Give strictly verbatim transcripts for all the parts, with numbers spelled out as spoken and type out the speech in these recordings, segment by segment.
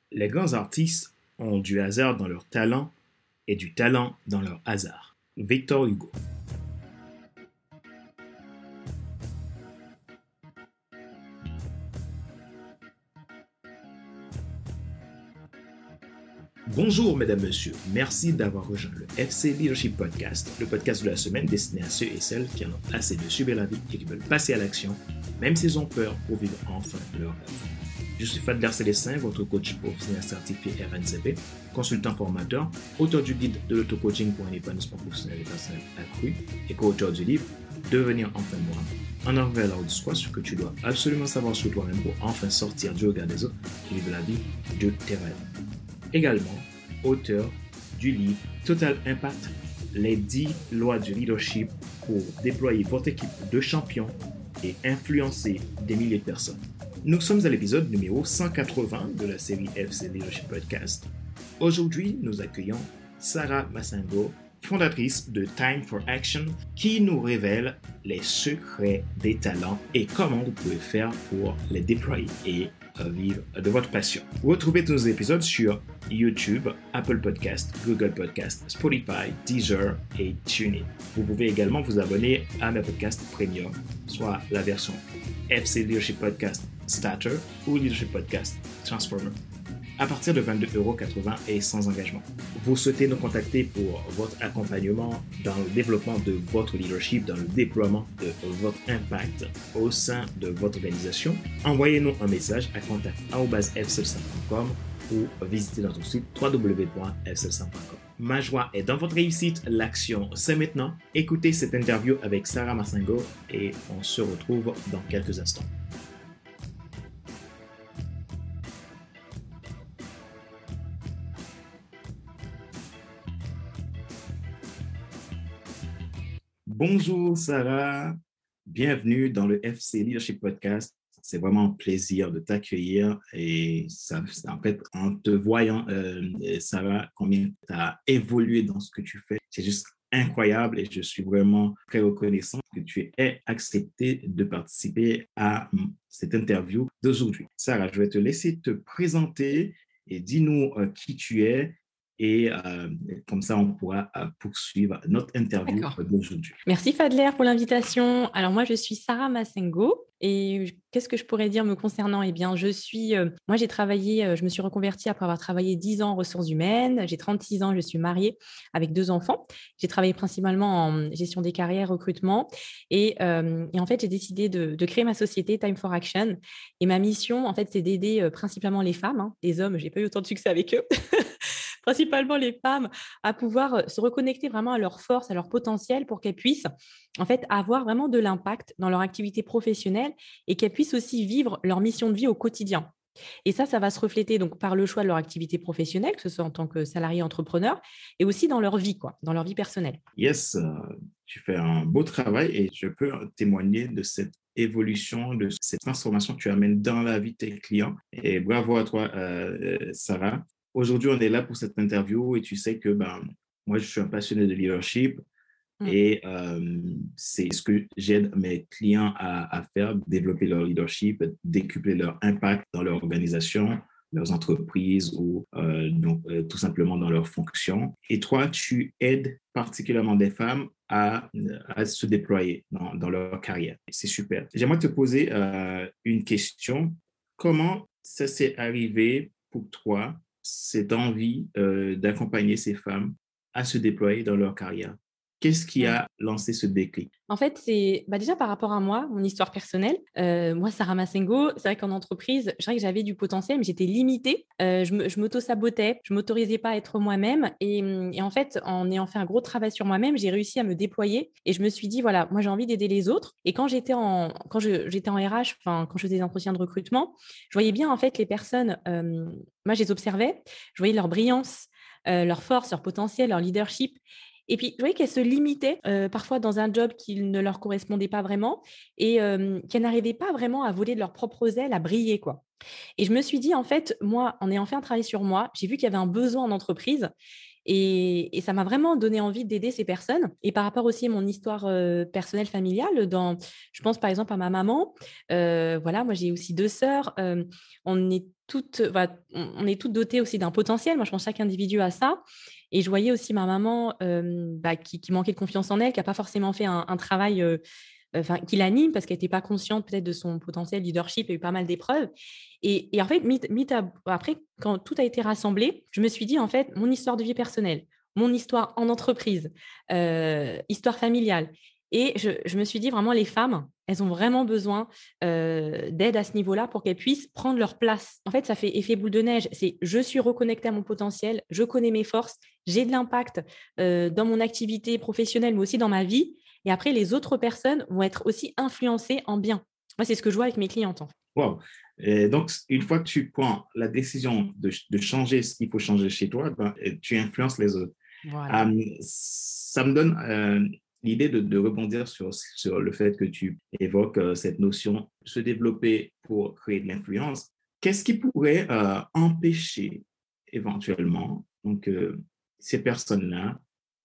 Les grands artistes ont du hasard dans leur talent et du talent dans leur hasard. Victor Hugo. Bonjour mesdames, messieurs, merci d'avoir rejoint le F C Leadership Podcast, le podcast de la semaine destiné à ceux et celles qui en ont assez de subir la vie et qui veulent passer à l'action, même s'ils ont peur, pour vivre enfin leur rêve. Je suis Fadler Célestin, votre coach professionnel certifié R N C P, consultant formateur, auteur du guide de l'auto-coaching pour un épanouissement professionnel et personnel accru et co-auteur du livre « Devenir enfin moi ». En avant vers la haute soi, ce que tu dois absolument savoir sur toi-même pour enfin sortir du regard des autres et vivre la vie de tes rêves. Également, auteur du livre Total Impact, les dix lois du leadership pour déployer votre équipe de champions et influencer des milliers de personnes. Nous sommes à l'épisode numéro cent quatre-vingts de la série F C Leadership Podcast. Aujourd'hui, nous accueillons Sarah Massengo, fondatrice de Time for Action, qui nous révèle les secrets des talents et comment vous pouvez faire pour les déployer et vivre de votre passion. Vous retrouvez tous nos épisodes sur YouTube, Apple Podcast, Google Podcast, Spotify, Deezer et TuneIn. Vous pouvez également vous abonner à mes podcasts premium, soit la version F C Leadership Podcast Starter ou Leadership Podcast Transformer, à partir de vingt-deux euros quatre-vingts et sans engagement. Vous souhaitez nous contacter pour votre accompagnement dans le développement de votre leadership, dans le déploiement de votre impact au sein de votre organisation, envoyez-nous un message à contact arobase f c l cinq point com ou visitez notre site w w w point f c l cinq point com. Ma joie est dans votre réussite, l'action c'est maintenant. Écoutez cette interview avec Sarah Massengo et on se retrouve dans quelques instants. Bonjour Sarah, bienvenue dans le F C Leadership Podcast. C'est vraiment un plaisir de t'accueillir et ça, en fait, en te voyant, euh, Sarah, combien tu as évolué dans ce que tu fais, c'est juste incroyable et je suis vraiment très reconnaissant que tu aies accepté de participer à cette interview d'aujourd'hui. Sarah, je vais te laisser te présenter et dis-nous euh, qui tu es. Et euh, comme ça, on pourra euh, poursuivre notre interview D'accord. d'aujourd'hui. Merci Fadler pour l'invitation. Alors moi, je suis Sarah Massengo et qu'est-ce que je pourrais dire me concernant ? Eh bien, je suis, euh, moi j'ai travaillé, euh, je me suis reconvertie après avoir travaillé dix ans en ressources humaines. J'ai trente-six ans, je suis mariée avec deux enfants. J'ai travaillé principalement en gestion des carrières, recrutement et, euh, et en fait, j'ai décidé de, de créer ma société Time for Action. Et ma mission, en fait, c'est d'aider euh, principalement les femmes. Hein. Les hommes, j'ai pas eu autant de succès avec eux. Principalement les femmes, à pouvoir se reconnecter vraiment à leur force, à leur potentiel pour qu'elles puissent en fait avoir vraiment de l'impact dans leur activité professionnelle et qu'elles puissent aussi vivre leur mission de vie au quotidien. Et ça, ça va se refléter donc par le choix de leur activité professionnelle, que ce soit en tant que salarié entrepreneur, et aussi dans leur vie, quoi, dans leur vie personnelle. Yes, euh, tu fais un beau travail et je peux témoigner de cette évolution, de cette transformation que tu amènes dans la vie de tes clients. Et bravo à toi, euh, Sarah. Aujourd'hui, on est là pour cette interview et tu sais que ben, moi, je suis un passionné de leadership mmh. et euh, c'est ce que j'aide mes clients à, à faire, développer leur leadership, décupler leur impact dans leur organisation, leurs entreprises ou euh, donc, euh, tout simplement dans leurs fonctions. Et toi, tu aides particulièrement des femmes à, à se déployer dans, dans leur carrière. C'est super. J'aimerais te poser euh, une question. Comment ça s'est arrivé pour toi, cette envie euh, d'accompagner ces femmes à se déployer dans leur carrière? Qu'est-ce qui a lancé ce déclic? En fait, c'est bah déjà par rapport à moi, mon histoire personnelle. Euh, moi, Sarah Massengo, c'est vrai qu'en entreprise, je dirais que j'avais du potentiel, mais j'étais limitée. Euh, je, me, je m'auto-sabotais, je ne m'autorisais pas à être moi-même. Et, et en fait, en ayant fait un gros travail sur moi-même, j'ai réussi à me déployer. Et je me suis dit, voilà, moi, j'ai envie d'aider les autres. Et quand j'étais en, quand je, j'étais en R H, enfin, quand je faisais des entretiens de recrutement, je voyais bien, en fait, les personnes, euh, moi, je les observais, je voyais leur brillance, euh, leur force, leur potentiel, leur leadership. Et puis, je voyais qu'elles se limitaient euh, parfois dans un job qui ne leur correspondait pas vraiment et euh, qu'elles n'arrivaient pas vraiment à voler de leurs propres ailes, à briller, quoi. Et je me suis dit, en fait, moi, en ayant fait un travail sur moi, j'ai vu qu'il y avait un besoin en entreprise et, et ça m'a vraiment donné envie d'aider ces personnes. Et par rapport aussi à mon histoire euh, personnelle, familiale, dans, je pense par exemple à ma maman. Euh, voilà, moi, j'ai aussi deux sœurs. Euh, on est toutes, bah, on on est toutes dotées aussi d'un potentiel. Moi, je pense que chaque individu a ça. Et je voyais aussi ma maman euh, bah, qui, qui manquait de confiance en elle, qui n'a pas forcément fait un, un travail euh, enfin, qui l'anime parce qu'elle n'était pas consciente peut-être de son potentiel leadership. Il y a eu pas mal d'épreuves. Et, et en fait, mit- mit à- après, quand tout a été rassemblé, je me suis dit, en fait, mon histoire de vie personnelle, mon histoire en entreprise, euh, histoire familiale. Et je, je me suis dit, vraiment, les femmes, elles ont vraiment besoin euh, d'aide à ce niveau-là pour qu'elles puissent prendre leur place. En fait, ça fait effet boule de neige. C'est je suis reconnectée à mon potentiel, je connais mes forces, j'ai de l'impact euh, dans mon activité professionnelle, mais aussi dans ma vie. Et après, les autres personnes vont être aussi influencées en bien. Moi, c'est ce que je vois avec mes clientes. En fait. Wow. Et donc, une fois que tu prends la décision de, de changer ce qu'il faut changer chez toi, ben, tu influences les autres. Voilà. Euh, ça me donne euh, l'idée de, de rebondir sur, sur le fait que tu évoques euh, cette notion de se développer pour créer de l'influence. Qu'est-ce qui pourrait euh, empêcher éventuellement donc, euh, ces personnes-là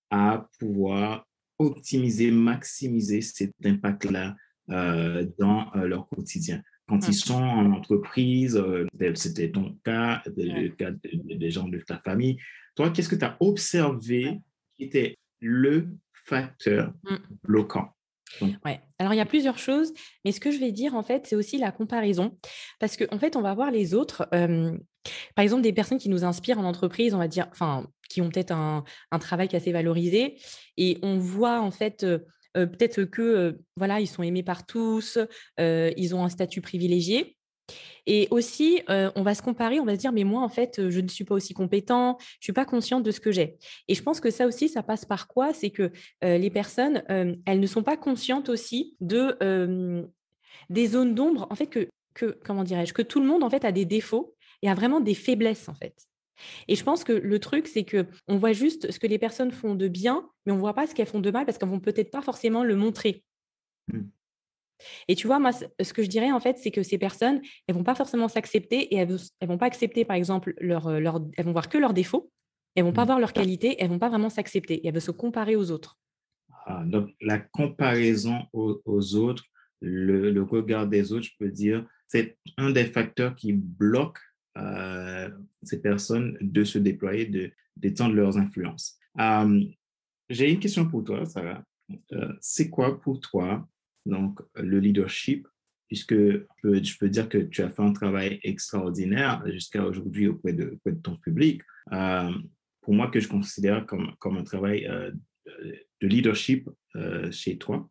à pouvoir optimiser, maximiser cet impact-là euh, dans euh, leur quotidien? Quand ils sont en entreprise, euh, c'était ton cas, le cas des gens de ta famille. Toi, qu'est-ce que tu as observé qui était le facteur Mm. bloquant? Donc, Ouais. Alors, il y a plusieurs choses, mais ce que je vais dire, en fait, c'est aussi la comparaison. Parce qu'en en fait, on va voir les autres. Euh, par exemple, des personnes qui nous inspirent en entreprise, on va dire, enfin, qui ont peut-être un, un travail qui est assez valorisé. Et on voit, en fait, euh, euh, peut-être que, euh, voilà, ils sont aimés par tous, euh, ils ont un statut privilégié. Et aussi, euh, on va se comparer, on va se dire, mais moi, en fait, euh, je ne suis pas aussi compétent, je ne suis pas consciente de ce que j'ai. Et je pense que ça aussi, ça passe par quoi? C'est que euh, les personnes, euh, elles ne sont pas conscientes aussi de, euh, des zones d'ombre, en fait, que, que comment dirais-je, que tout le monde, en fait, a des défauts et a vraiment des faiblesses, en fait. Et je pense que le truc, c'est que on voit juste ce que les personnes font de bien, mais on ne voit pas ce qu'elles font de mal parce qu'elles vont peut-être pas forcément le montrer. hmm. Et tu vois, moi, ce que je dirais, en fait, c'est que ces personnes, elles vont pas forcément s'accepter et elles, elles vont pas accepter, par exemple, leur, euh, leur, elles vont voir que leurs défauts, elles vont pas voir leurs qualités, elles vont pas vraiment s'accepter et elles vont se comparer aux autres. Ah, donc, la comparaison aux, aux autres, le, le, regard des autres, je peux dire, c'est un des facteurs qui bloque euh, ces personnes de se déployer, de d'étendre leurs influences. Euh, j'ai une question pour toi, Sarah. Euh, c'est quoi pour toi donc, le leadership, puisque je peux, je peux dire que tu as fait un travail extraordinaire jusqu'à aujourd'hui auprès de, auprès de ton public. Euh, pour moi, que je considère comme, comme un travail euh, de leadership euh, chez toi.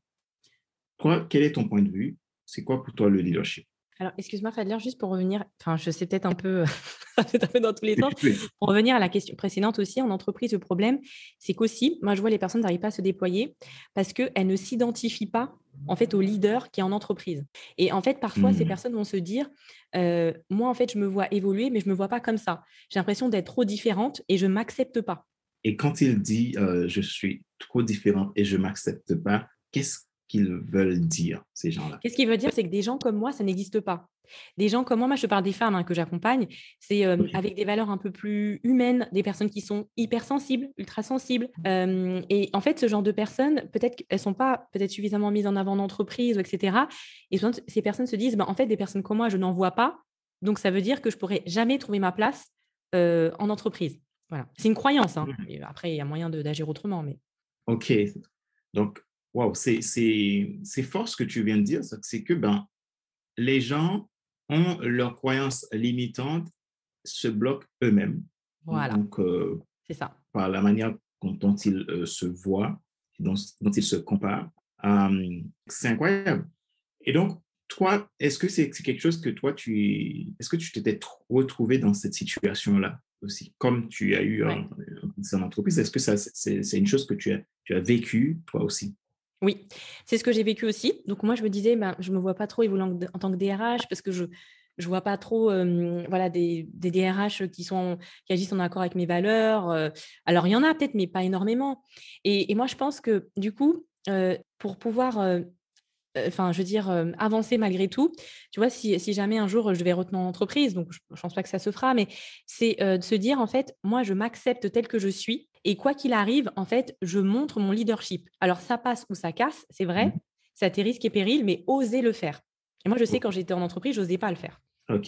Toi, quel est ton point de vue? C'est quoi pour toi le leadership? Alors, excuse-moi, Fadler, juste pour revenir, enfin, je sais peut-être un peu, peut-être un peu dans tous les sens, Oui. pour revenir à la question précédente aussi, en entreprise, le problème, c'est qu'aussi, moi, je vois les personnes n'arrivent pas à se déployer parce qu'elles ne s'identifient pas, en fait, au leader qui est en entreprise. Et en fait, parfois, ces Hmm. personnes vont se dire, euh, moi, en fait, je me vois évoluer, mais je ne me vois pas comme ça. J'ai l'impression d'être trop différente et je ne m'accepte pas. Et quand il dit euh, je suis trop différente et je ne m'accepte pas, qu'est-ce qu'ils veulent dire, ces gens-là? Qu'est-ce qu'il veut dire? C'est que des gens comme moi, ça n'existe pas. Des gens comme moi, moi je te parle des femmes hein, que j'accompagne, c'est euh, Okay. avec des valeurs un peu plus humaines, des personnes qui sont hypersensibles, ultra sensibles. Euh, et en fait, ce genre de personnes, peut-être qu'elles ne sont pas peut-être suffisamment mises en avant en entreprise, et cetera. Et souvent, ces personnes se disent, bah, en fait, des personnes comme moi, je n'en vois pas. Donc, ça veut dire que je ne pourrais jamais trouver ma place euh, en entreprise. Voilà. C'est une croyance. Hein. Et après, il y a moyen de, d'agir autrement. Mais... OK. Donc, wow, c'est, c'est, c'est fort ce que tu viens de dire, c'est que ben, les gens ont leurs croyances limitantes, se bloquent eux-mêmes. Voilà, Donc, euh, c'est ça. par la manière dont, dont ils euh, se voient, dont, dont ils se comparent. Euh, c'est incroyable. Et donc, toi, est-ce que c'est c'est quelque chose que toi, tu... Est-ce que tu t'étais retrouvé dans cette situation-là aussi, comme tu as eu Ouais. en, en entreprise? Est-ce que ça, c'est, c'est une chose que tu as, tu as vécu, toi aussi? Oui, c'est ce que j'ai vécu aussi. Donc moi, je me disais, ben, je ne me vois pas trop évoluer en, en tant que D R H parce que je ne vois pas trop euh, voilà, des, des D R H qui, sont, qui agissent en accord avec mes valeurs. Euh. Alors, il y en a peut-être, mais pas énormément. Et, et moi, je pense que du coup, euh, pour pouvoir, euh, enfin, je veux dire, euh, avancer malgré tout, tu vois, si, si jamais un jour je vais retenir en entreprise, donc je ne pense pas que ça se fera, mais c'est euh, de se dire, en fait, moi, je m'accepte tel que je suis. Et quoi qu'il arrive, en fait, je montre mon leadership. Alors, ça passe ou ça casse, c'est vrai, c'est à tes risques et périls, mais oser le faire. Et moi, je sais, quand j'étais en entreprise, je n'osais pas le faire. OK.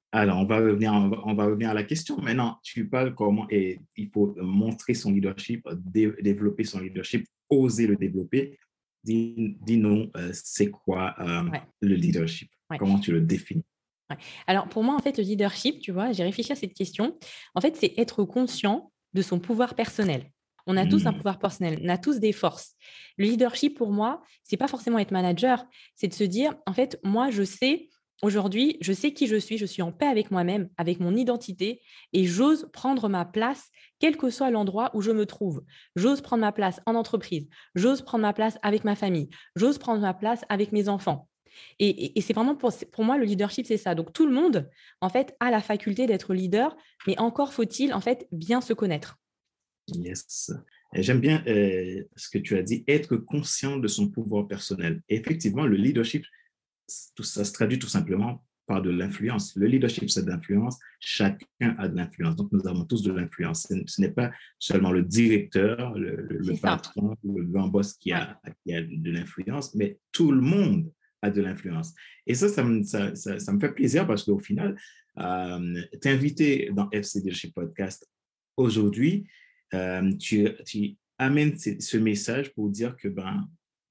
Alors, on va revenir, on va, on va revenir à la question. Maintenant, tu parles comment et il faut montrer son leadership, dé- développer son leadership, oser le développer. Dis, dis-nous, euh, c'est quoi euh, Ouais, le leadership? ouais, Comment tu le définis? ouais. Alors, pour moi, en fait, le leadership, tu vois, j'ai réfléchi à cette question. En fait, c'est être conscient de son pouvoir personnel. On a tous un Hmm. pouvoir personnel, on a tous des forces. Le leadership, pour moi, c'est pas forcément être manager, c'est de se dire, en fait, moi, je sais, aujourd'hui, je sais qui je suis, je suis en paix avec moi-même, avec mon identité, et j'ose prendre ma place, quel que soit l'endroit où je me trouve. J'ose prendre ma place en entreprise, j'ose prendre ma place avec ma famille, j'ose prendre ma place avec mes enfants. Et, et- et c'est vraiment pour, pour moi, le leadership, c'est ça. Donc, tout le monde, en fait, a la faculté d'être leader, mais encore faut-il, en fait, bien se connaître. Yes. Et j'aime bien euh, ce que tu as dit, être conscient de son pouvoir personnel. Et effectivement, le leadership, tout ça se traduit tout simplement par de l'influence. Le leadership, c'est de l'influence. Chacun a de l'influence. Donc, nous avons tous de l'influence. Ce, ce n'est pas seulement le directeur, le, le, C'est le ça. patron, le grand boss qui Ouais. a, qui a de l'influence, mais tout le monde a de l'influence. Et ça, ça me, ça, ça, ça me fait plaisir parce qu'au final, euh, t'es invité dans F C Leadership Podcast aujourd'hui. Euh, tu, tu amènes ce, ce message pour dire que ben,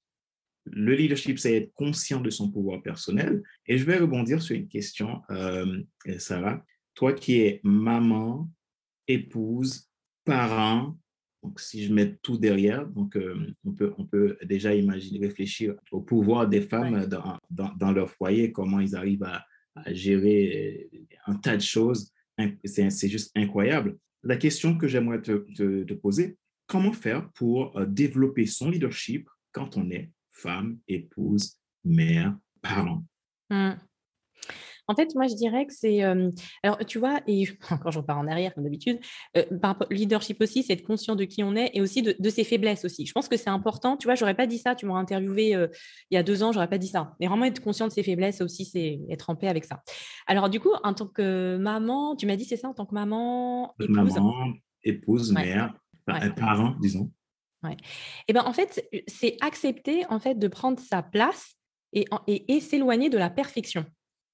le leadership, c'est être conscient de son pouvoir personnel. Et je vais rebondir sur une question, euh, Sarah. Toi qui es maman, épouse, parent, donc si je mets tout derrière, donc euh, on, peut, on peut déjà imaginer, réfléchir au pouvoir des Ouais. femmes dans, dans, dans leur foyer, comment ils arrivent à, à gérer un tas de choses. C'est, c'est juste incroyable. La question que j'aimerais te, te, te poser, comment faire pour euh, développer son leadership quand on est femme, épouse, mère, parent? Mm. En fait, moi, je dirais que c'est. Euh, alors, tu vois, et encore, je repars en arrière, comme d'habitude, euh, par rapport- leadership aussi, c'est être conscient de qui on est et aussi de, de ses faiblesses aussi. Je pense que c'est important. Tu vois, j'aurais pas dit ça. Tu m'aurais interviewé euh, il y a deux ans, j'aurais pas dit ça. Mais vraiment être conscient de ses faiblesses aussi, c'est être en paix avec ça. Alors, du coup, en tant que maman, tu m'as dit, c'est ça, en tant que maman, épouse. Maman, épouse, Ouais, mère, ouais, enfin, parent, disons. ouais. Et ben, en fait, c'est accepter en fait de prendre sa place et, en- et, et s'éloigner de la perfection.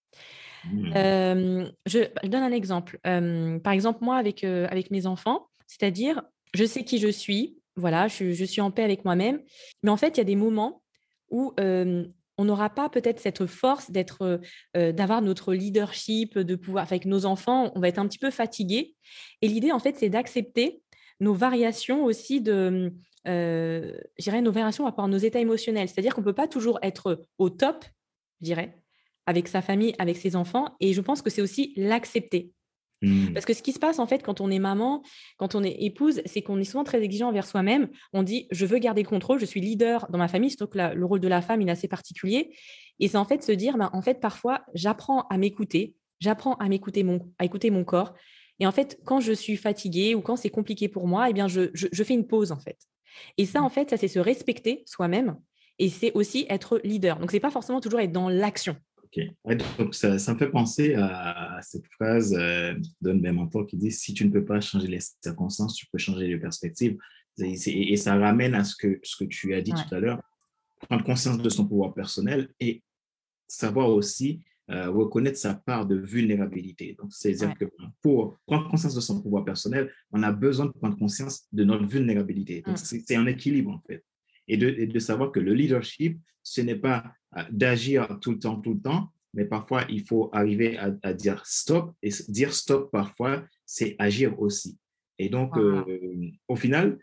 Hmm. Euh, je, je donne un exemple. Euh, par exemple, moi, avec, euh, avec mes enfants, c'est-à-dire, je sais qui je suis, voilà, je, je suis en paix avec moi-même, mais en fait, il y a des moments où euh, on n'aura pas peut-être cette force d'être, euh, d'avoir notre leadership, de pouvoir, enfin, avec nos enfants, on va être un petit peu fatigué. Et l'idée, en fait, c'est d'accepter nos variations aussi de, euh, je dirais, nos variations par rapport à nos états émotionnels. C'est-à-dire qu'on ne peut pas toujours être au top, je dirais, avec sa famille, avec ses enfants. Et je pense que c'est aussi l'accepter. Hmm. Parce que ce qui se passe, en fait, quand on est maman, quand on est épouse, c'est qu'on est souvent très exigeant envers soi-même. On dit, je veux garder le contrôle, je suis leader dans ma famille, surtout que la- le rôle de la femme, il est assez particulier. Et c'est en fait se dire, ben, en fait, parfois, j'apprends à m'écouter, j'apprends à m'écouter mon, à écouter mon corps. Et en fait, quand je suis fatiguée ou quand c'est compliqué pour moi, eh bien, je, je, je fais une pause, en fait. Et ça, en fait, ça, c'est se respecter soi-même. Et c'est aussi être leader. Donc, c'est pas forcément toujours être dans l'action. Ok. Ouais, donc ça, ça me fait penser à, à cette phrase euh, d'un de mes mentors qui dit si tu ne peux pas changer les circonstances, tu peux changer les perspectives. Et, c'est- et ça ramène à ce que, ce que tu as dit Ouais, tout à l'heure, prendre conscience de son pouvoir personnel et savoir aussi euh, reconnaître sa part de vulnérabilité. Donc, c'est-à-dire ouais, que pour prendre conscience de son pouvoir personnel, on a besoin de prendre conscience de notre vulnérabilité. Donc, mm, c'est c'est un équilibre, en fait. Et de, et de savoir que le leadership, ce n'est pas euh, d'agir tout le temps, tout le temps, mais parfois, il faut arriver à, à dire stop. Et dire stop, parfois, c'est agir aussi. Et donc, euh, voilà. au final,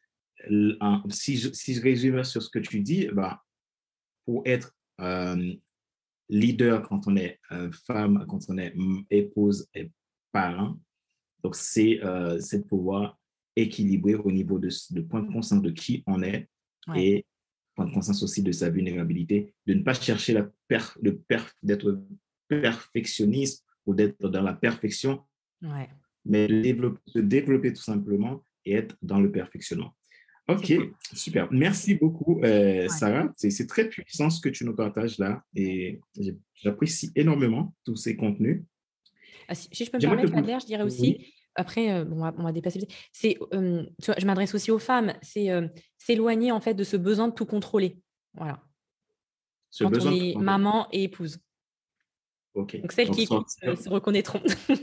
si je, si je résume sur ce que tu dis, bah, pour être euh, leader quand on est euh, femme, quand on est épouse et parent. Donc, c'est euh, de pouvoir équilibrer au niveau de, de prendre conscience de qui on est Ouais, et prendre conscience aussi de sa vulnérabilité, de ne pas chercher la per, le per, d'être perfectionniste ou d'être dans la perfection, ouais, mais de développer, de développer tout simplement et être dans le perfectionnement. c'est Ok, ça. super. Merci beaucoup, euh, Ouais. Sarah. C'est c'est très puissant ce que tu nous partages là et j'apprécie énormément tous ces contenus. Ah, si, si je peux me J'aimerais te permettre, poser. Madeleine, je dirais aussi, Oui, après, euh, bon, on va, on va dépasser. C'est, euh, tu vois, je m'adresse aussi aux femmes, c'est euh, s'éloigner en fait de ce besoin de tout contrôler. Voilà. ce Quand on besoin de est contrôle. maman et épouse. OK. Donc, celles Donc qui écoutent sortir euh, se reconnaîtront.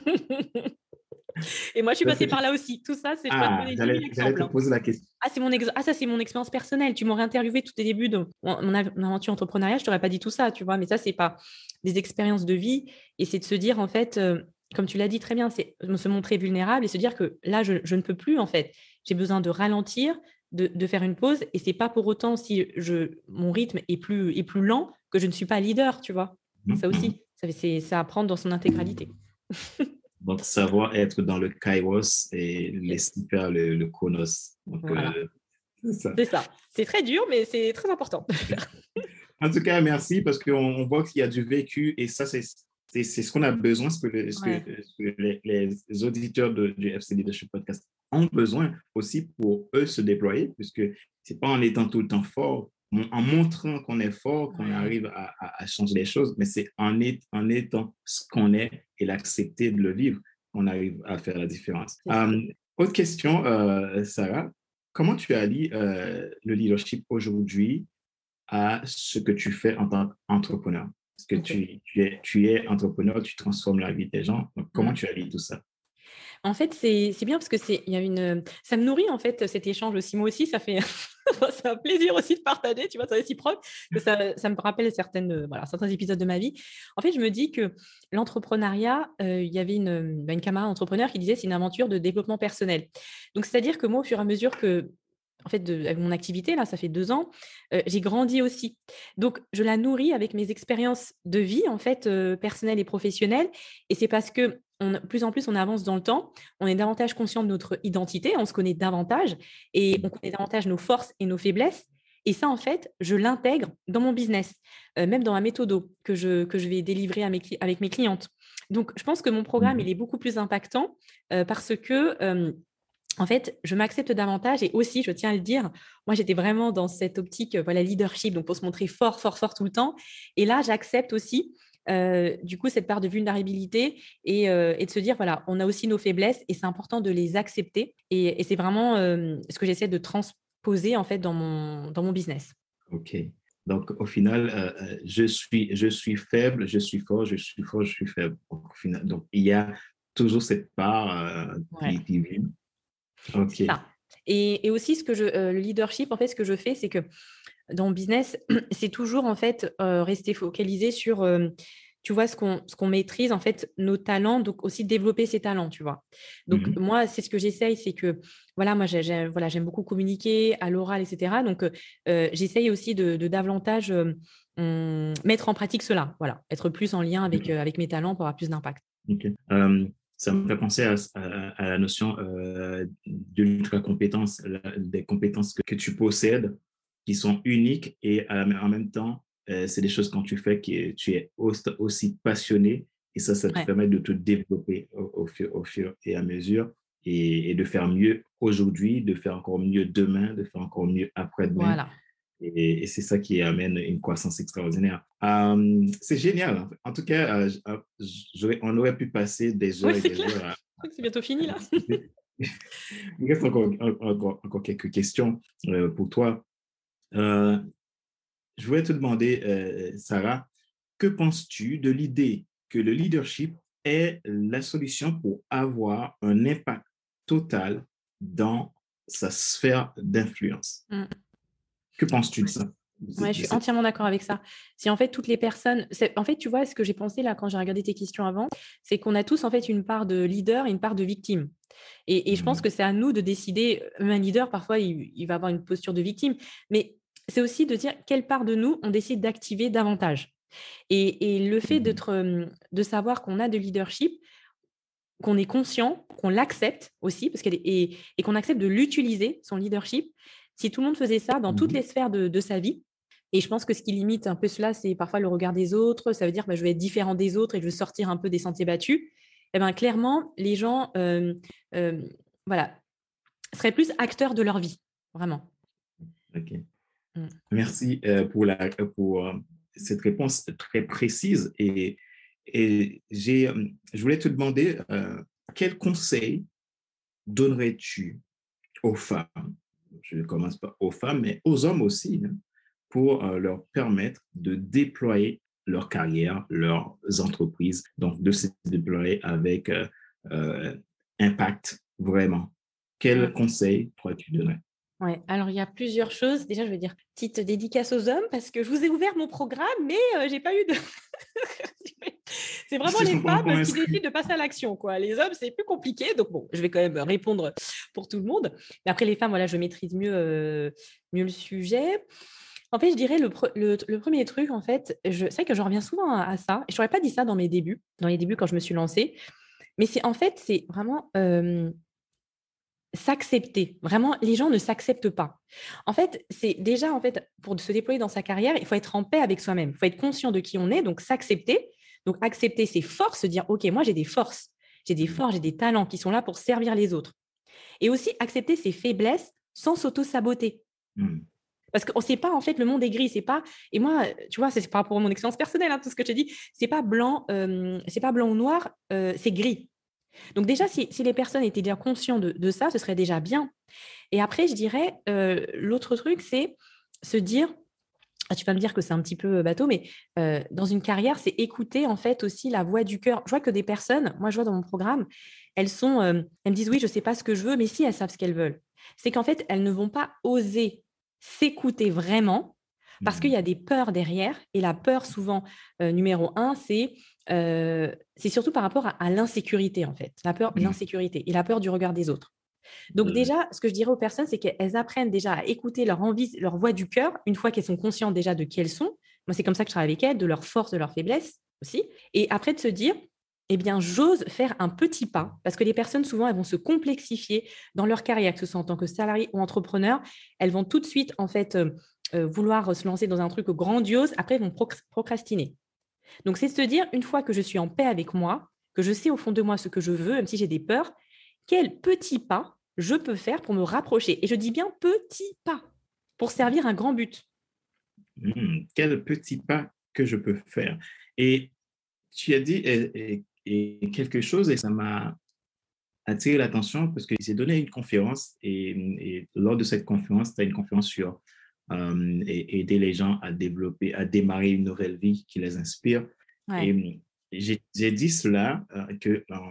Et moi, je suis ça, passée c'est par là aussi. Tout ça, c'est, je pourrais te ah, donner dix j'allais mille j'allais exemples, te hein. poser la question. Ah, c'est mon ex- ah, ça, c'est mon expérience personnelle. Tu m'aurais interviewé tout au début de mon, mon av- mon aventure entrepreneuriale, je t'aurais pas dit tout ça, tu vois. Mais ça, c'est pas des expériences de vie. Et c'est de se dire, en fait, euh, comme tu l'as dit très bien, c'est se montrer vulnérable et se dire que là, je, je ne peux plus, en fait. J'ai besoin de ralentir, de, de faire une pause. Et c'est pas pour autant, si je, mon rythme est plus, est plus lent, que je ne suis pas leader, tu vois. Mhm, Ça mhm. aussi, ça, c'est ça à prendre dans son intégralité. Donc, savoir être dans le kairos et Yes. laisser faire le, le chronos. Donc, Voilà. euh, c'est ça. C'est ça. C'est très dur, mais c'est très important de le faire. En tout cas, merci parce qu'on on voit qu'il y a du vécu et ça, c'est c'est c'est ce qu'on a besoin, ce que, le- ce que, Ouais. ce que les, les auditeurs de- du F C Leadership Podcast ont besoin aussi pour eux se déployer, puisque c'est pas en étant tout le temps fort, en en montrant qu'on est fort, qu'on Ouais. arrive à, à- à changer les choses, mais c'est en, est- en étant ce qu'on est et l'accepter de le vivre qu'on arrive à faire la différence. C'est ça. Euh, autre question, euh, Sarah, comment tu allies euh, le leadership aujourd'hui à ce que tu fais en tant qu'entrepreneur? Parce que Ok. tu, tu es, tu es entrepreneur, tu transformes la vie des gens. Donc, comment Mm. tu allies tout ça? En fait, c'est c'est bien parce que c'est il y a une ça me nourrit en fait cet échange aussi. Moi aussi, ça fait c'est un plaisir aussi de partager, tu vois, c'est réciproque que ça, ça me rappelle certaines euh, voilà certains épisodes de ma vie. En fait, je me dis que l'entrepreneuriat, euh, il y avait une, bah, une camarade entrepreneur qui disait c'est une aventure de développement personnel. Donc c'est-à-dire que moi, au fur et à mesure que en fait, de, avec mon activité, là, ça fait deux ans, euh, j'ai grandi aussi. Donc, je la nourris avec mes expériences de vie, en fait, euh, personnelles et professionnelles. Et c'est parce que on, plus en plus on avance dans le temps, on est davantage conscient de notre identité, on se connaît davantage et on connaît davantage nos forces et nos faiblesses. Et ça, en fait, je l'intègre dans mon business, euh, même dans ma méthode que je, que je vais délivrer à mes, avec mes clientes. Donc, je pense que mon programme, il Mhm. est beaucoup plus impactant euh, parce que... Euh, en fait, je m'accepte davantage et aussi, je tiens à le dire, moi, j'étais vraiment dans cette optique, euh, voilà, leadership, donc pour se montrer fort, fort, fort tout le temps. Et là, j'accepte aussi, euh, du coup, cette part de vulnérabilité et, euh, et de se dire, voilà, on a aussi nos faiblesses et c'est important de les accepter. Et, et c'est vraiment euh, ce que j'essaie de transposer, en fait, dans mon, dans mon business. OK. Donc, au final, euh, euh, je suis, je suis faible, je suis fort, je suis fort, je suis faible. Donc, au final, donc il y a toujours cette part euh, Ouais. qui, qui vient. OK. C'est ça. Et, et aussi, ce que je, euh, le leadership, en fait, ce que je fais, c'est que dans le business, c'est toujours en fait euh, rester focalisé sur, euh, tu vois, ce qu'on ce qu'on maîtrise, en fait, nos talents, donc aussi développer ses talents, tu vois. Donc Mhm. moi, c'est ce que j'essaye, c'est que, voilà, moi, j'ai, j'ai- voilà, j'aime beaucoup communiquer à l'oral, et cetera. Donc, euh, euh, j'essaye aussi de, de davantage euh, hum, mettre en pratique cela, voilà, être plus en lien avec, OK. euh, avec mes talents pour avoir plus d'impact. OK. Euh, ça me fait penser à, à- à la notion euh, de l'ultra-compétence, la- des compétences que, que tu possèdes qui sont uniques et à la- en même temps, euh, c'est des choses quand tu fais que tu es aussi, aussi passionné et ça, ça te Ouais, permet de te développer au, au fur, au fur et à mesure et, et de faire mieux aujourd'hui, de faire encore mieux demain, de faire encore mieux après-demain. voilà. Et, et c'est ça qui amène une croissance extraordinaire. Euh, c'est génial. En tout cas, euh, j'aurais- on aurait pu passer des Oui, heures et c'est des clair. heures à, Je crois que c'est bientôt fini, à là. discuter. Il reste encore, encore, encore quelques questions euh, pour toi. Euh, je voulais te demander, euh, Sarah, que penses-tu de l'idée que le leadership est la solution pour avoir un impact total dans sa sphère d'influence? Mm. Que penses-tu de ça? De Ouais, cette- je de suis cette- entièrement d'accord avec ça. Si en fait toutes les personnes, c'est- en fait tu vois ce que j'ai pensé là quand j'ai regardé tes questions avant, c'est qu'on a tous en fait une part de leader et une part de victime. Et, et je pense Mhm. que c'est à nous de décider. euh, Un leader parfois il, il va avoir une posture de victime, mais c'est aussi de dire quelle part de nous on décide d'activer davantage. Et, et le fait Mhm. d'être, euh, de savoir qu'on a de leadership, qu'on est conscient, qu'on l'accepte aussi, parce qu'elle est- et, et qu'on accepte de l'utiliser son leadership. Si tout le monde faisait ça dans toutes les Mhm. sphères de, de sa vie, et je pense que ce qui limite un peu cela, c'est parfois le regard des autres. Ça veut dire que bah, je vais être différent des autres et je veux sortir un peu des sentiers battus. Et ben, clairement, les gens euh, euh, voilà, seraient plus acteurs de leur vie, vraiment. OK. Mm. Merci euh, pour, la, pour euh, cette réponse très précise. Et, et j'ai, euh, je voulais te demander euh, quel conseil donnerais-tu aux femmes, je ne commence pas aux femmes, mais aux hommes aussi, hein, pour euh, leur permettre de déployer leur carrière, leurs entreprises, donc de se déployer avec euh, euh, impact vraiment. Quel Mm. conseil, toi, tu donnerais? Ouais, alors il y a plusieurs choses. Déjà, je veux dire, petite dédicace aux hommes parce que je vous ai ouvert mon programme, mais euh, j'ai pas eu de. C'est vraiment Ils les sont pas encore femmes qui inscrits. décident de passer à l'action, quoi. Les hommes, c'est plus compliqué. Donc bon, je vais quand même répondre pour tout le monde. Mais après, les femmes, voilà, je maîtrise mieux, euh, mieux le sujet. En fait, je dirais le, pre- le, le premier truc, en fait, je, c'est vrai que je reviens souvent à, à ça. Et je n'aurais pas dit ça dans mes débuts, dans les débuts quand je me suis lancée. Mais c'est en fait, c'est vraiment euh, s'accepter. Vraiment, les gens ne s'acceptent pas. En fait, c'est déjà, en fait, pour se déployer dans sa carrière, il faut être en paix avec soi-même. Il faut être conscient de qui on est, donc s'accepter. Donc, accepter ses forces, se dire, OK, moi, j'ai des forces. J'ai des forces, j'ai des talents qui sont là pour servir les autres. Et aussi, accepter ses faiblesses sans s'auto-saboter. Mm. Parce qu'on ne sait pas, en fait, le monde est gris. C'est pas. Et moi, tu vois, c'est par rapport à mon expérience personnelle, hein, tout ce que je te dis. C'est pas blanc, euh, c'est pas blanc ou noir, euh, c'est gris. Donc déjà, si, si les personnes étaient déjà conscientes de, de ça, ce serait déjà bien. Et après, je dirais, euh, l'autre truc, c'est se dire, ah, tu vas me dire que c'est un petit peu bateau, mais euh, dans une carrière, c'est écouter en fait aussi la voix du cœur. Je vois que des personnes, moi je vois dans mon programme, elles sont, euh, elles me disent oui, je ne sais pas ce que je veux, mais si elles savent ce qu'elles veulent. C'est qu'en fait, elles ne vont pas oser s'écouter vraiment parce qu'il y Mm. a des peurs derrière. Et la peur, souvent, euh, numéro un, c'est euh, c'est surtout par rapport à, à l'insécurité, en fait. La peur, Mm. l'insécurité et la peur du regard des autres. Donc Euh, déjà, ce que je dirais aux personnes, c'est qu'elles apprennent déjà à écouter leur envie, leur voix du cœur, une fois qu'elles sont conscientes déjà de qui elles sont. Moi, c'est comme ça que je travaille avec elles, de leurs forces, de leurs faiblesses aussi. Et après, de se dire, eh bien, j'ose faire un petit pas, parce que les personnes, souvent, elles vont se complexifier dans leur carrière, que ce soit en tant que salarié ou entrepreneur. Elles vont tout de suite, en fait, euh, euh, vouloir se lancer dans un truc grandiose. Après, elles vont procrastiner. Donc, c'est de se dire, une fois que je suis en paix avec moi, que je sais au fond de moi ce que je veux, même si j'ai des peurs, quel petit pas je peux faire pour me rapprocher. Et je dis bien petit pas, pour servir un grand but. mm. Quel petit pas que je peux faire? Et tu as dit et, et- et quelque chose et ça m'a attiré l'attention parce que j'ai donné une conférence et, et lors de cette conférence, tu as une conférence sur euh, et- aider les gens à développer, à démarrer une nouvelle vie qui les inspire. Ouais, Et j'ai j'ai dit cela, euh, que euh,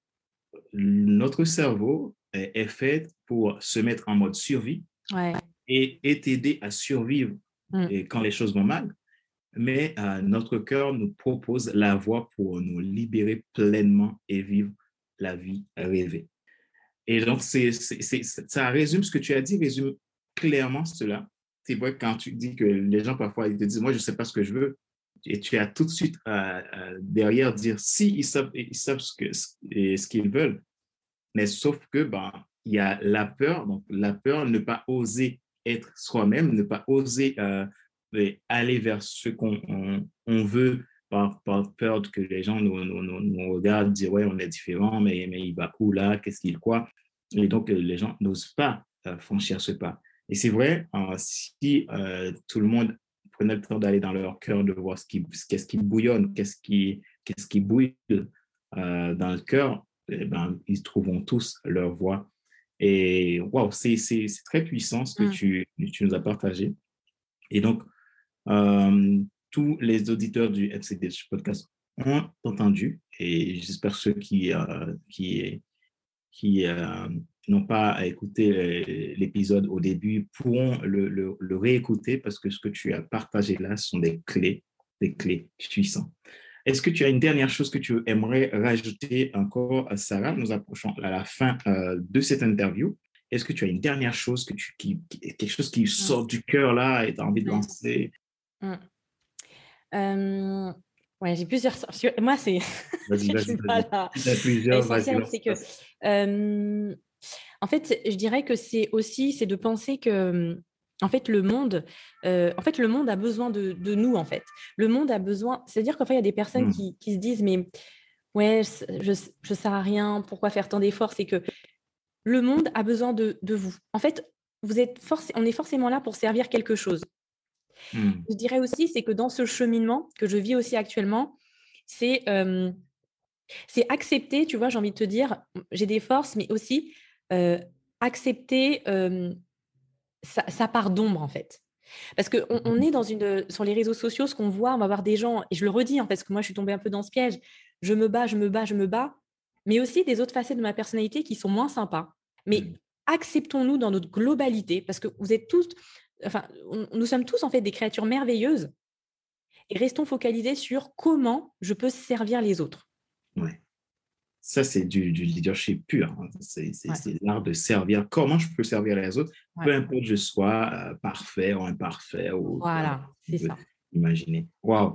notre cerveau est, est fait pour se mettre en mode survie ouais. et, et t'aider à survivre Mm. et quand les choses vont mal. Mais euh, notre cœur nous propose la voie pour nous libérer pleinement et vivre la vie rêvée. Et donc, c'est, c'est, c'est, ça résume ce que tu as dit, résume clairement cela. C'est vrai quand tu dis que les gens parfois ils te disent, moi, je ne sais pas ce que je veux. Et tu as tout de suite euh, euh, derrière dire si ils savent, ils savent ce, que, ce, ce qu'ils veulent. Mais sauf que, ben, il y a la peur. Donc, la peur, ne pas oser être soi-même, ne pas oser euh, aller vers ce qu'on on, on veut par, par, peur que les gens nous, nous, nous, nous regardent, dire, ouais, on est différent, mais, mais il va où là, qu'est-ce qu'il quoi. Et donc, les gens n'osent pas euh, franchir ce pas. Et c'est vrai, euh, si euh, tout le monde prenait le temps d'aller dans leur cœur, de voir ce qui, qu'est-ce qui bouillonne, qu'est-ce qui, qu'est-ce qui bouille euh, dans le cœur, eh ben, ils trouveront tous leur voie. Et waouh, c'est, c'est, c'est très puissant ce que Mm. tu, tu nous as partagé. Et donc, euh, tous les auditeurs du F C D podcast ont entendu, et j'espère ceux qui, euh, qui, qui euh, n'ont pas écouté l'épisode au début pourront le, le, le réécouter parce que ce que tu as partagé là sont des clés, des clés puissantes. Est-ce que tu as une dernière chose que tu aimerais rajouter encore, Sarah? Nous approchons à la fin euh, de cette interview. Est-ce que tu as une dernière chose, que tu, qui, quelque chose qui Mm. sort du cœur là et tu as envie de Ouais. lancer? Mm. Euh, ouais, j'ai plusieurs. Moi, c'est. Vas-y, J'ai vas-y, du mal vas-y. à. Si tu as plusieurs, vas-y, L'essentiel, lance. c'est que. euh, En fait, je dirais que c'est aussi, c'est de penser que. En fait, le monde, euh, en fait, le monde a besoin de, de nous, en fait. Le monde a besoin. C'est-à-dire qu'en fait, il y a des personnes Hmm. qui, qui se disent, mais ouais, je, je sers à rien, pourquoi faire tant d'efforts? C'est que le monde a besoin de, de vous. En fait, vous êtes forc- on est forcément là pour servir quelque chose. Hmm. Je dirais aussi, c'est que dans ce cheminement que je vis aussi actuellement, c'est euh, c'est accepter, tu vois, j'ai envie de te dire, j'ai des forces, mais aussi euh, accepter euh, sa, sa part d'ombre, en fait. Parce qu'on on est dans une, sur les réseaux sociaux, ce qu'on voit, on va voir des gens, et je le redis, en fait, parce que moi, je suis tombée un peu dans ce piège, je me bats, je me bats, je me bats, mais aussi des autres facettes de ma personnalité qui sont moins sympas. Mais Mm. acceptons-nous dans notre globalité, parce que vous êtes tous, enfin, on- nous sommes tous, en fait, des créatures merveilleuses, et restons focalisés sur comment je peux servir les autres. Ouais. Ça, c'est du, du leadership pur, hein. C'est, c'est, Ouais, c'est l'art de servir. Comment je peux servir les autres, ouais. peu importe que je sois euh, parfait ou imparfait ou peu importe Voilà, ce c'est qu'on peut ça. imaginer. Waouh!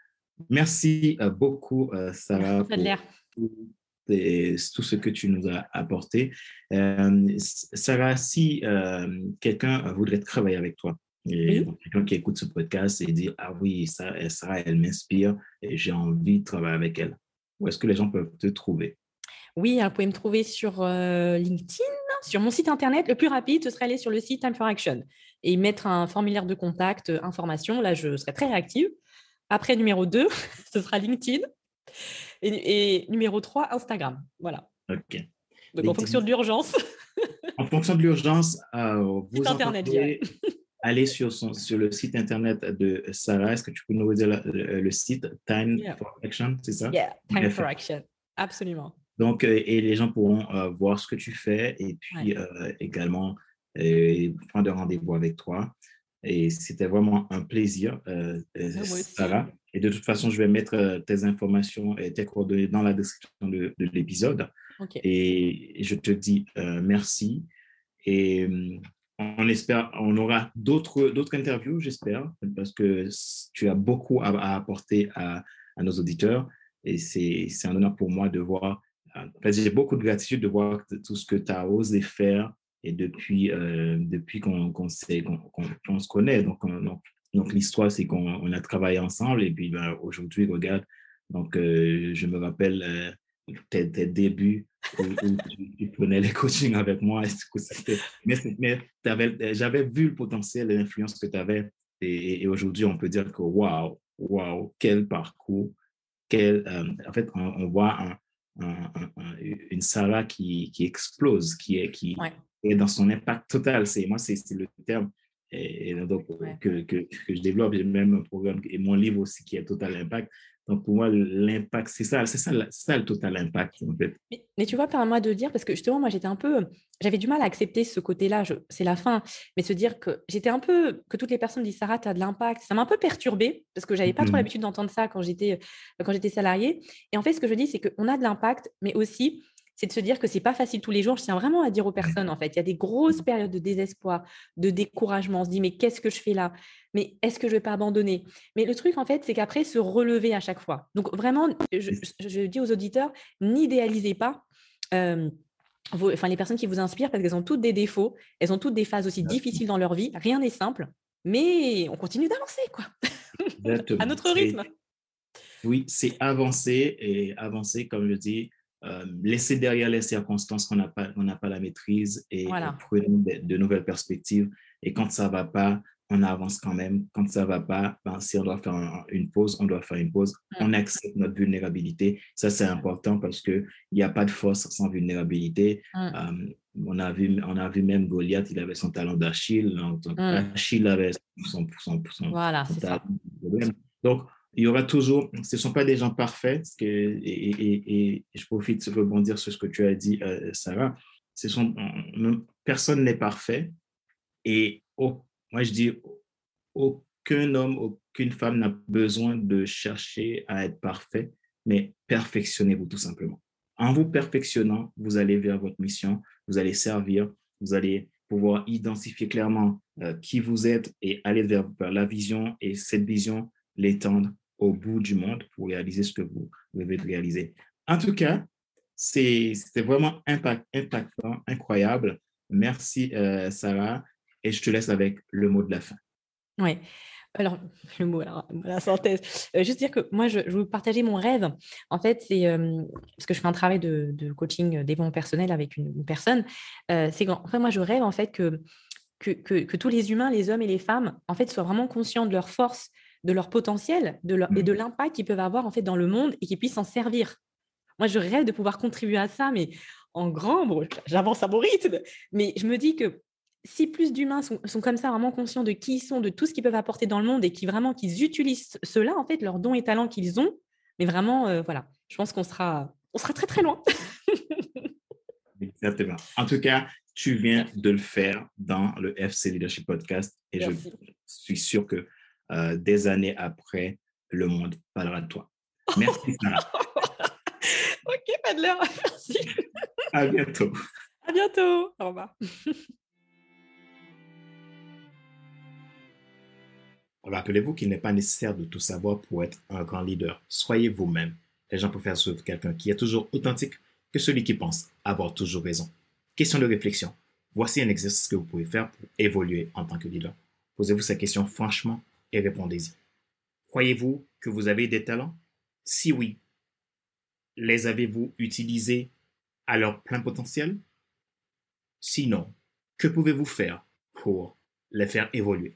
Merci euh, beaucoup, euh, Merci, Sarah, pour Fadler. tout, tes- tout ce que tu nous as apporté. Euh, Sarah, si euh, quelqu'un voudrait travailler avec toi, et Oui. donc quelqu'un qui écoute ce podcast et dit, ah oui, ça, Sarah, elle m'inspire et j'ai envie de travailler avec elle, où est-ce que les gens peuvent te trouver? Oui, vous pouvez me trouver sur euh, LinkedIn, sur mon site internet. Le plus rapide, ce serait aller sur le site Time for Action et mettre un formulaire de contact, euh, information. Là, je serai très réactive. Après, numéro deux, ce sera LinkedIn. Et, et numéro trois, Instagram. Voilà. OK. Donc, en fonction LinkedIn. de l'urgence, En fonction de l'urgence, euh, site vous internet, je dirais. entendez aller sur, son, sur le site internet de Sarah. Est-ce que tu peux nous redire le, le, le site Time Yeah. for Action, c'est ça? Yeah, Time F for R. Action. Absolument. Donc, euh, et les gens pourront euh, voir ce que tu fais et Ouais. puis euh, également euh, prendre un rendez-vous avec toi. Et c'était vraiment un plaisir, euh, euh, Ouais, moi aussi. Sarah. Et de toute façon, je vais mettre euh, tes informations et tes coordonnées dans la description de, de l'épisode. OK. Et je te dis euh, merci. Et euh, on espère, on aura d'autres, d'autres interviews, j'espère, parce que tu as beaucoup à, à apporter à, à nos auditeurs. Et c'est, c'est un honneur pour moi de voir, en fait, j'ai beaucoup de gratitude de voir tout ce que tu as osé faire et depuis, euh, depuis qu'on, qu'on, sait, qu'on, qu'on, qu'on se connaît. Donc, on, donc, donc, l'histoire, c'est qu'on on a travaillé ensemble et puis ben, aujourd'hui, regarde, donc euh, je me rappelle euh, tes, tes débuts où, où tu, tu, prenais les coachings avec moi. Mais, mais j'avais vu le potentiel et l'influence que tu avais. Et, et aujourd'hui, on peut dire que waouh, waouh, quel parcours, quel, euh, en fait, on, on voit un, un, un, une Sarah qui, qui explose, qui est, qui Ouais. est dans son impact total. C'est, moi, c'est, c'est le terme et, et donc, Ouais. que, que, que je développe. J'ai même un programme et mon livre aussi qui est Total Impact. Donc, pour moi, l'impact, c'est ça, c'est ça, c'est ça le total impact, en fait. Mais, mais tu vois, par moi de dire, parce que justement, moi, j'étais un peu, j'avais du mal à accepter ce côté-là, je- c'est la fin, mais se dire que j'étais un peu, que toutes les personnes disent, Sarah, tu as de l'impact, ça m'a un peu perturbée, parce que j'avais pas trop Mm-hmm. l'habitude d'entendre ça quand j'étais, quand j'étais salariée. Et en fait, ce que je dis, c'est qu'on a de l'impact, mais aussi, c'est de se dire que c'est pas facile tous les jours. Je tiens vraiment à dire aux personnes, en fait, il y a des grosses périodes de désespoir, de découragement. On se dit, mais qu'est-ce que je fais là? Mais est-ce que je vais pas abandonner? Mais le truc, en fait, c'est qu'après, se relever à chaque fois. Donc, vraiment, je, je, je dis aux auditeurs, n'idéalisez pas euh, vos, enfin, les personnes qui vous inspirent parce qu'elles ont toutes des défauts, elles ont toutes des phases aussi difficiles dans leur vie, rien n'est simple, mais on continue d'avancer, quoi, à Exactement. notre C'est, rythme. oui, c'est avancer et avancer, comme je dis, euh, laisser derrière les circonstances qu'on n'a pas, on n'a pas la maîtrise et euh, Voilà. prenons de, de nouvelles perspectives. Et quand ça ne va pas, on avance quand même. Quand ça ne va pas, ben, si on doit faire un, une pause, on doit faire une pause. On Mm. accepte notre vulnérabilité. Ça, c'est important parce qu'il n'y a pas de force sans vulnérabilité. Mm. Euh, on, a vu, on a vu même Goliath, il avait son talent d'Achille. Donc, Mm. Achille avait son, son, son, Voilà, son c'est talent. ça. Donc, il y aura toujours, ce ne sont pas des gens parfaits, que, et, et, et, je profite de rebondir sur ce que tu as dit, euh, Sarah. Ce sont, personne n'est parfait et oh, moi je dis, aucun homme, aucune femme n'a besoin de chercher à être parfait, mais perfectionnez-vous tout simplement. En vous perfectionnant, vous allez vers votre mission, vous allez servir, vous allez pouvoir identifier clairement euh, qui vous êtes et aller vers, vers la vision et cette vision, l'étendre au bout du monde pour réaliser ce que vous devez réaliser. En tout cas, c'était vraiment impact, impactant, incroyable. Merci, euh, Sarah, et je te laisse avec le mot de la fin. Oui. Alors, le mot, alors, la synthèse. Euh, juste dire que moi, je, je veux partager mon rêve. En fait, c'est euh, parce que je fais un travail de, de coaching développement personnel avec une, une personne. Euh, c'est qu'en fait, moi, je rêve en fait que, que, que, que tous les humains, les hommes et les femmes, en fait, soient vraiment conscients de leur force, de leur potentiel, de leur, et de l'impact qu'ils peuvent avoir en fait dans le monde et qu'ils puissent s'en servir. Moi, je rêve de pouvoir contribuer à ça, mais en grand, bon, j'avance à mon rythme, mais je me dis que si plus d'humains sont, sont comme ça, vraiment conscients de qui ils sont, de tout ce qu'ils peuvent apporter dans le monde et qui vraiment qu'ils utilisent cela, en fait, leurs dons et talents qu'ils ont, mais vraiment, euh, voilà, je pense qu'on sera, on sera très, très loin. Exactement. En tout cas, tu viens de le faire dans le F C Leadership Podcast et Merci. Je suis sûr que euh, des années après, le monde parlera de toi. Merci, Sarah. Ok, pas de l'heure. Merci. À bientôt. À bientôt. Au revoir. Rappelez-vous qu'il n'est pas nécessaire de tout savoir pour être un grand leader. Soyez vous-même. Les gens préfèrent suivre quelqu'un qui est toujours authentique que celui qui pense avoir toujours raison. Question de réflexion. Voici un exercice que vous pouvez faire pour évoluer en tant que leader. Posez-vous ces questions franchement et répondez-y. Croyez-vous que vous avez des talents? Si oui, les avez-vous utilisés à leur plein potentiel? Sinon, que pouvez-vous faire pour les faire évoluer?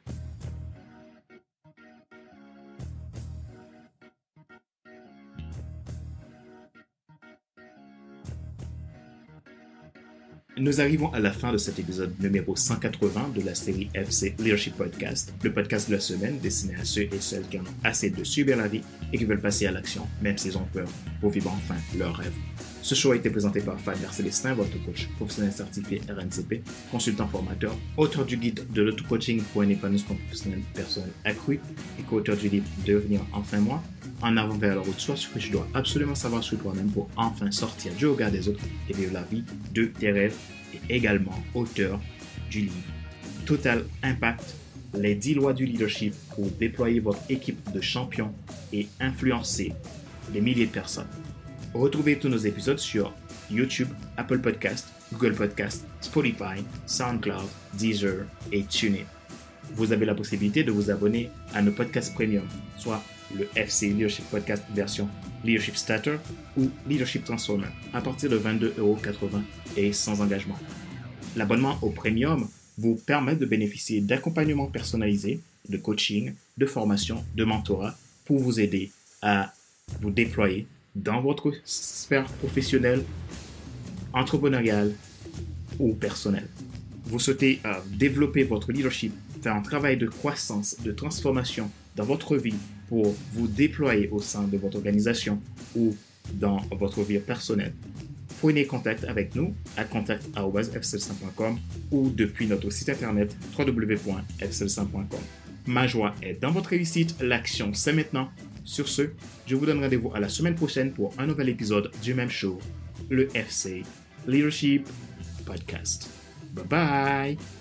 Nous arrivons à la fin de cet épisode numéro cent quatre-vingts de la série F C Leadership Podcast, le podcast de la semaine destiné à ceux et celles qui en ont assez de subir la vie et qui veulent passer à l'action, même s'ils ont peur, pour vivre enfin leur rêve. Ce show a été présenté par Fabien Célestin, votre coach professionnel certifié R N C P, consultant formateur, auteur du guide de l'auto-coaching pour un épanouissement professionnel personnel accru et co-auteur du livre Devenir enfin moi, en avant vers la route, soit ce que tu dois absolument savoir sur toi-même pour enfin sortir du regard des autres et vivre la vie de tes rêves, et également auteur du livre Total Impact, les dix lois du leadership pour déployer votre équipe de champions et influencer des milliers de personnes. Retrouvez tous nos épisodes sur YouTube, Apple Podcasts, Google Podcasts, Spotify, SoundCloud, Deezer et TuneIn. Vous avez la possibilité de vous abonner à nos podcasts premium, soit le F C Leadership Podcast version Leadership Starter ou Leadership Transformer à partir de vingt-deux euros quatre-vingts et sans engagement. L'abonnement au Premium vous permet de bénéficier d'accompagnement personnalisé, de coaching, de formation, de mentorat pour vous aider à vous déployer dans votre sphère professionnelle, entrepreneuriale ou personnelle. Vous souhaitez euh, développer votre leadership, faire un travail de croissance, de transformation dans votre vie pour vous déployer au sein de votre organisation ou dans votre vie personnelle. Prenez contact avec nous à contact arobase f c l cent point com ou depuis notre site internet w w w point f c l cent point com. Ma joie est dans votre réussite, l'action c'est maintenant. Sur ce, je vous donne rendez-vous à la semaine prochaine pour un nouvel épisode du même show, le F C Leadership Podcast. Bye bye!